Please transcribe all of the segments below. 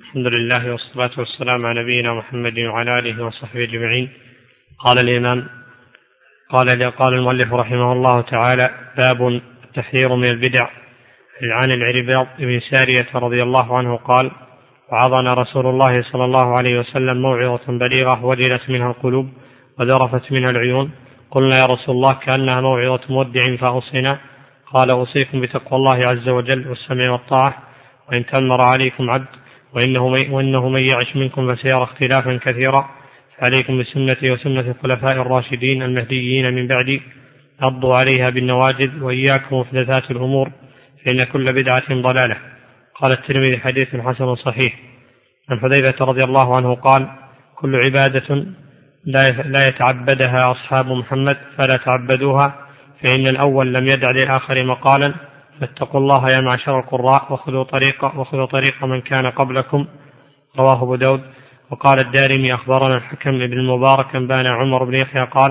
الحمد لله والصلاة والسلام على نبينا محمد وعلى آله وصحبه أجمعين. قال الإمام قال المؤلف رحمه الله تعالى: باب التحذير من البدع. عن العرباض بن سارية رضي الله عنه قال: وعظنا رسول الله صلى الله عليه وسلم موعظة بليغة وجلت منها القلوب وذرفت منها العيون. قلنا: يا رسول الله كأنها موعظة مودع فأوصنا. قال: أوصيكم بتقوى الله عز وجل والسمع والطاعة، وإن تأمر عليكم عبد، وإنه من يعش منكم فسيرى اختلافا كثيرا، فعليكم بسنتي وسنة الخلفاء الراشدين المهديين من بعدي، عضوا عليها بالنواجذ، وإياكم محدثات الأمور، فإن كل بدعة ضلالة. قال الترمذي: حديث حسن صحيح. عن حذيفة رضي الله عنه قال: كل عبادة لا يتعبدها أصحاب محمد فلا تعبدوها، فإن الأول لم يدع للآخر مقالا، فاتقوا الله يا معشر القراء وخذوا طريق من كان قبلكم. رواه أبو داود. وقال الدارمي: أخبرنا الحكم بن المبارك أنبانا عمر بن يحيى قال: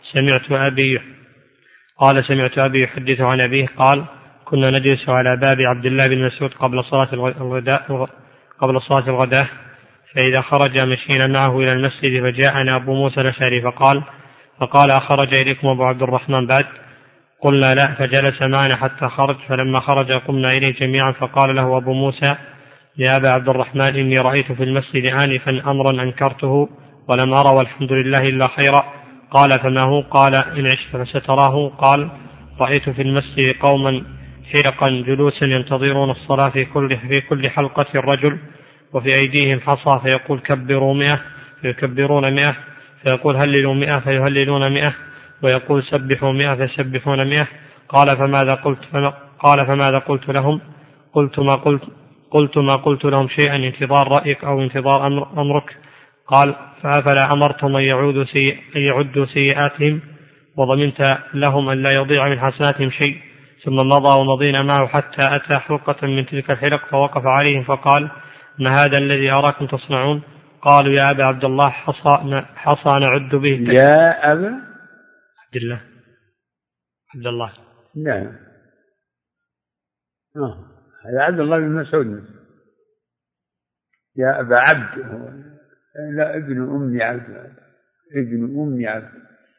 سمعت أبي يحدث عن أبيه قال: كنا نجلس على باب عبد الله بن مسعود قبل صلاة الغداء، فإذا خرج مشينا معه إلى المسجد، فجاءنا أبو موسى الأشعري فقال: أخرج إليكم أبو عبد الرحمن بعد؟ قلنا: لا. فجلس معنا حتى خرج، فلما خرج قمنا إليه جميعا، فقال له أبو موسى: يا أبا عبد الرحمن، إني رأيت في المسجد آنفا أمرا أنكرته ولم أرى والحمد لله إلا خيرا. قال: فما هو؟ قال: إن عشت فستراه. قال: رأيت في المسجد قوما حرقا جلوسا ينتظرون الصلاة في كل حلقة الرجل، وفي أيديهم حصى، فيقول: كبروا 100 فيكبرون 100، فيقول: هللوا 100 فيهللون 100، ويقول: سبحوا 100 فيسبحون 100. قال: فماذا قلت لهم؟ قلت ما قلت لهم شيئا، انتظار رأيك أو انتظار أمرك. قال: فأفلا أمرتهم أن يعدوا سيئاتهم وضمنت لهم أن لا يضيع من حسناتهم شيء. ثم مضى ومضينا معه حتى أتى حلقة من تلك الحلق، فوقف عليهم فقال: ما هذا الذي أراكم تصنعون؟ قالوا: يا أبا عبد الله، حصى نعد به. يا أبا عبد الله. نعم. هذا عبد الله بن مسعود. يا أبا عبد، لا، ابن أم عبد.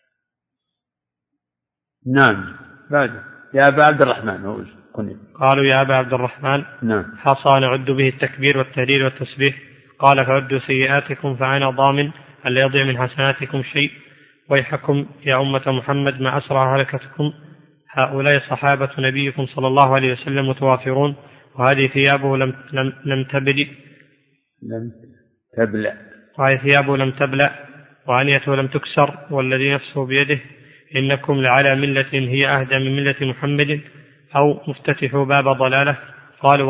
نعم. بعد يا أبا عبد الرحمن. قالوا: يا أبا عبد الرحمن، نعم. حصى نعد به التكبير والتهليل والتسبيح. قال: فعدوا سيئاتكم فأنا ضامن أن لا يضيع من حسناتكم شيء. ويحكم يا أمة محمد ما أسرع هلكتكم، هؤلاء صحابة نبيكم صلى الله عليه وسلم متوافرون، وهذه ثيابه لم تبلأ وعنيته لم تكسر، والذي نفسه بيده إنكم لعلى ملة هي أهدى من ملة محمد، أو مفتتحوا باب ضلالة. قالوا: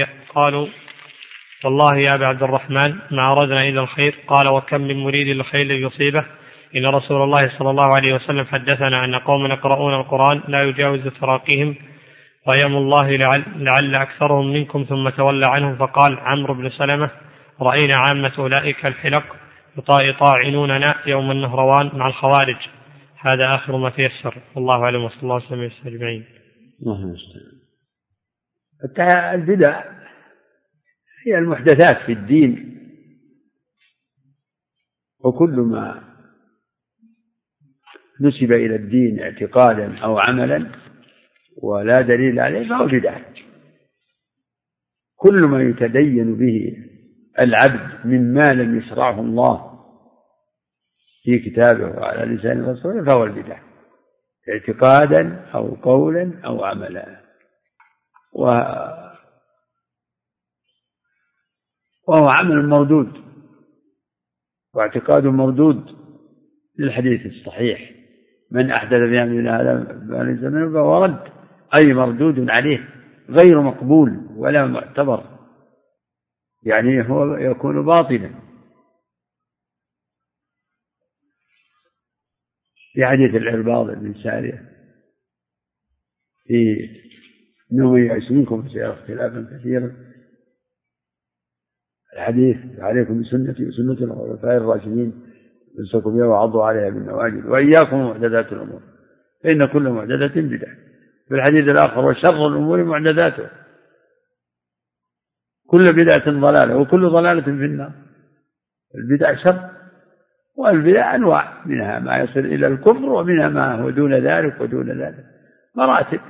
والله يا أبا عبد الرحمن ما أردنا إلا الخير. قال: وكم من مريد للخير يصيبه. إن رسول الله صلى الله عليه وسلم حدثنا أن قوما يقرؤون القرآن لا يجاوز تراقيهم، ويم الله لعل أكثرهم منكم. ثم تولى عنهم فقال: عمرو بن سلمة: رأينا عامة أولئك الحلق يطاعنوننا يوم النهروان مع الخوارج. هذا آخر ما تيسر، والله أعلم، وصلى الله وسلم أجمعين. البدع هي المحدثات في الدين، وكل ما نسب إلى الدين اعتقادا أو عملا ولا دليل عليه فهو بدعة. كل ما يتدين به العبد مما لم يشرعه الله في كتابه وعلى لسان رسوله فهو البدعة، اعتقادا أو قولا أو عملا. وهو عمل مردود واعتقاد مردود للحديث الصحيح: من أحدث في أمرنا هذا ما ليس منه فهو رد، أي مردود عليه، غير مقبول ولا معتبر، يعني هو يكون باطلا. في حديث العرباض بن سارية في إنه يعيش منكم فسيرى اختلافا كثيرا، الحديث: عليكم بسنتي وسنة الخلفاء الراشدين امسكوا بها وعضوا عليها بالنواجذ، وإياكم محدثات الأمور، فإن كل محدثة بدعة. في الحديث الآخر: وشر الأمور محدثاتها، كل بدعة ضلالة وكل ضلالة في النار. البدع شر، والبدع أنواع، منها ما يصل إلى الكفر ومنها ما هو دون ذلك ودون ذلك، مراتب،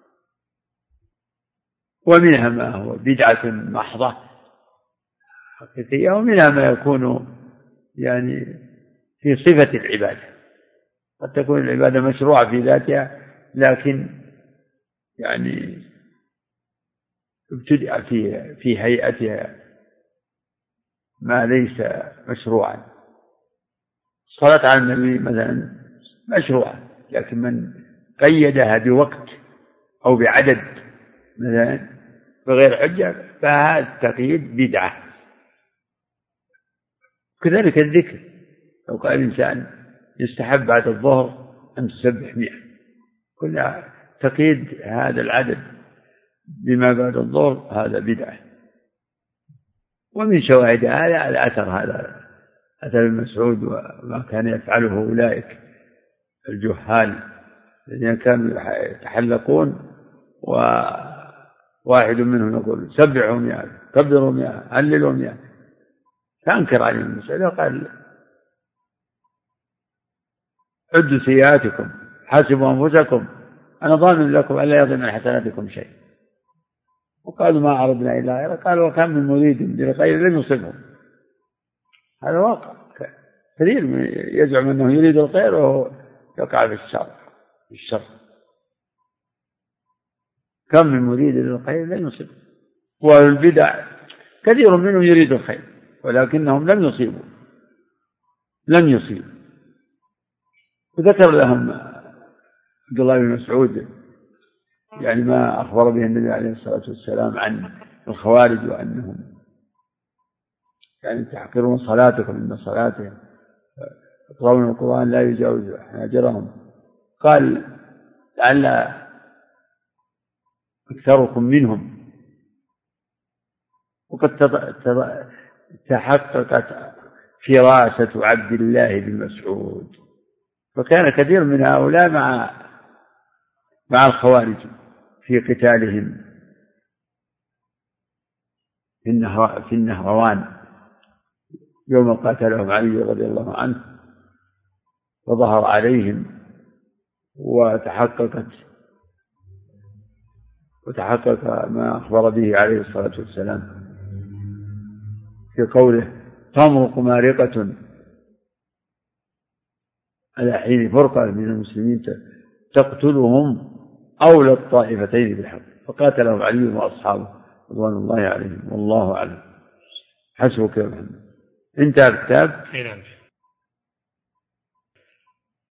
ومنها ما هو بدعة محضة حقيقية، ومنها ما يكون يعني في صفة العبادة. قد تكون العبادة مشروعة في ذاتها، لكن يعني ابتدأ في هيئتها ما ليس مشروعا. الصلاة على النبي مثلا مشروعة، لكن من قيدها بوقت أو بعدد مثلا بغير حجة فهذا التقييد بدعة. كذلك الذكر، لو قال الإنسان يستحب بعد الظهر أن تسبح 100، كل تقييد هذا العدد بما بعد الظهر هذا بدعة. ومن شواهد هذا الأثر، هذا أثر ابن مسعود وما كان يفعله أولئك الجهال الذين كانوا يتحلقون وواحد منهم يقول سبحوا 100، كبروا 100، هللوا 100، فأنكر عليهم المسألة وقال عدوا سيئاتكم، حاسبوا أنفسكم، أنا ضامن لكم ألا يضل من حسناتكم شيء. وقالوا ما عرضنا إلا غيره، قالوا وكم من مريد للخير لم يصبه. هذا واقع، كثير يزعم أنه يريد الخير وهو يقع في الشر. كم من مريد للخير لم يصبه. والبدع كثير منهم يريد الخير ولكنهم لم يصيبوا. وذكر لهم عبد الله بن مسعود يعني ما أخبر به النبي عليه الصلاة والسلام عن الخوارج، وأنهم يعني تحقرون صلاتكم إن صلاتهم يقرؤون القرآن لا يجاوز حناجرهم. قال لعل أكثركم منهم. وقد تحققت فراسة عبد الله بن مسعود، فكان كثير من هؤلاء مع الخوارج في قتالهم في النهروان يوم قاتلهم علي رضي الله عنه، وظهر عليهم وتحقق ما أخبر به عليه الصلاة والسلام في قوله تمرق مارقة على حين فرقة من المسلمين تقتلهم أولى الطائفتين بالحق، فقاتلهم علي وأصحابه رضوان الله عليهم. والله أعلم. حسبك يا محمد. انتهى الكتاب.